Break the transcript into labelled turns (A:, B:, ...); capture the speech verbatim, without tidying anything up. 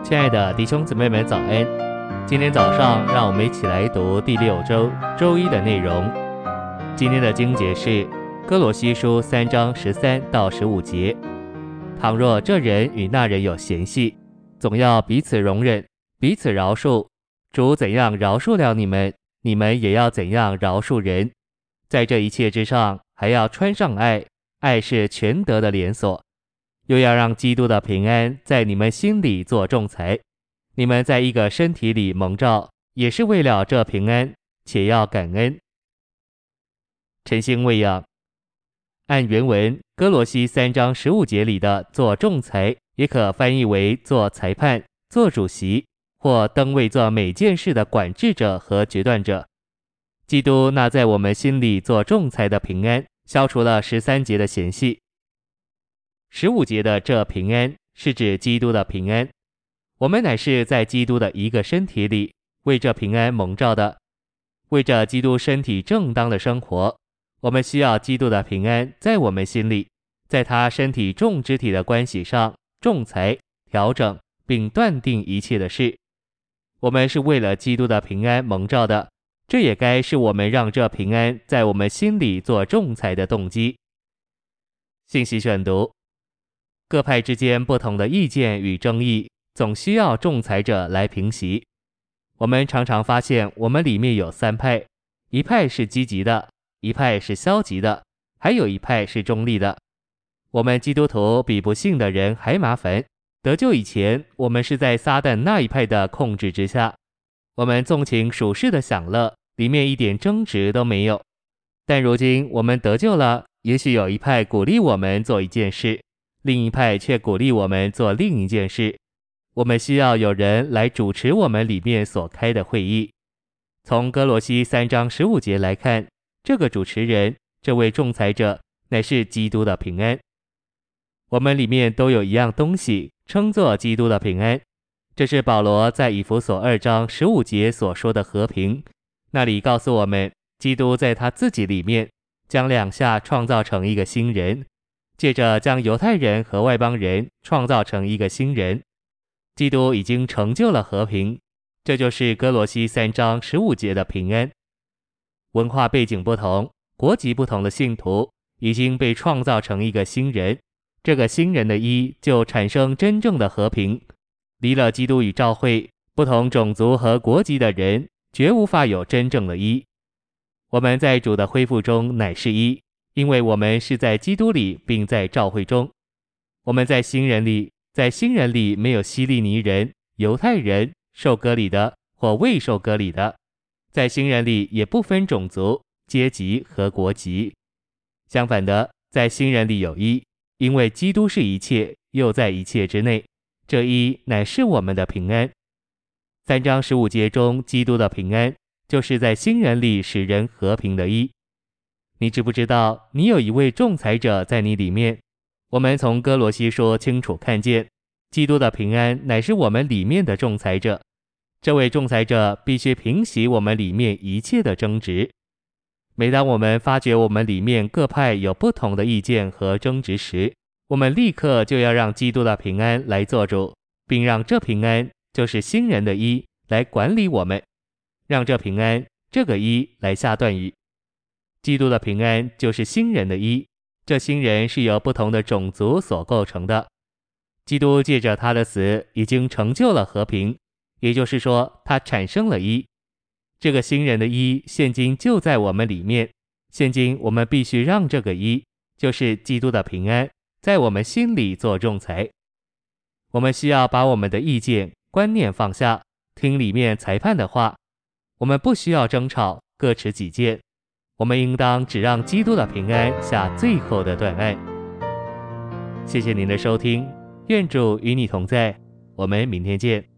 A: 亲爱的弟兄姊妹们早安，今天早上让我们一起来读第六周周一的内容。今天的经节是哥罗西书三章十三到十五节。倘若这人与那人有嫌隙，总要彼此容忍，彼此饶恕。主怎样饶恕了你们，你们也要怎样饶恕人。在这一切之上，还要穿上爱，爱是全德的连锁。又要让基督的平安在你们心里做仲裁。你们在一个身体里蒙召，也是为了这平安，且要感恩。晨星喂养，按原文哥罗西三章十五节里的做仲裁，也可翻译为做裁判、做主席，或登位做每件事的管制者和决断者。基督那在我们心里做仲裁的平安，消除了十三节的嫌隙。十五节的这平安是指基督的平安，我们乃是在基督的一个身体里，为这平安蒙召的，为着基督身体正当的生活，我们需要基督的平安在我们心里，在他身体众肢体的关系上仲裁、调整并断定一切的事。我们是为了基督的平安蒙召的，这也该是我们让这平安在我们心里做仲裁的动机。信息选读，各派之间不同的意见与争议，总需要仲裁者来平息。我们常常发现我们里面有三派，一派是积极的，一派是消极的，还有一派是中立的。我们基督徒比不信的人还麻烦，得救以前，我们是在撒旦那一派的控制之下，我们纵情属世的享乐，里面一点争执都没有。但如今我们得救了，也许有一派鼓励我们做一件事，另一派却鼓励我们做另一件事。我们需要有人来主持我们里面所开的会议。从哥罗西三章十五节来看，这个主持人，这位仲裁者，乃是基督的平安。我们里面都有一样东西，称作基督的平安。这是保罗在以弗所二章十五节所说的和平，那里告诉我们，基督在他自己里面将两下创造成一个新人，借着将犹太人和外邦人创造成一个新人。基督已经成就了和平，这就是哥罗西三章十五节的平安。文化背景不同，国籍不同的信徒已经被创造成一个新人，这个新人的一就产生真正的和平。离了基督与教会，不同种族和国籍的人绝无法有真正的一。我们在主的恢复中乃是一，因为我们是在基督里并在教会中。我们在新人里，在新人里没有希利尼人、犹太人、受割礼的或未受割礼的，在新人里也不分种族、阶级和国籍。相反的，在新人里有一，因为基督是一切，又在一切之内，这一乃是我们的平安。三章十五节中基督的平安，就是在新人里使人和平的一。你知不知道你有一位仲裁者在你里面？我们从哥罗西书清楚看见，基督的平安乃是我们里面的仲裁者。这位仲裁者必须平息我们里面一切的争执。每当我们发觉我们里面各派有不同的意见和争执时，我们立刻就要让基督的平安来做主，并让这平安，就是新人的一，来管理我们，让这平安，这个一来下断语。基督的平安就是新人的一，这新人是由不同的种族所构成的。基督借着他的死已经成就了和平，也就是说他产生了一。这个新人的一现今就在我们里面，现今我们必须让这个一，就是基督的平安，在我们心里做仲裁。我们需要把我们的意见、观念放下，听里面裁判的话。我们不需要争吵，各持己见。我们应当只让基督的平安下最后的断案。谢谢您的收听，愿主与你同在，我们明天见。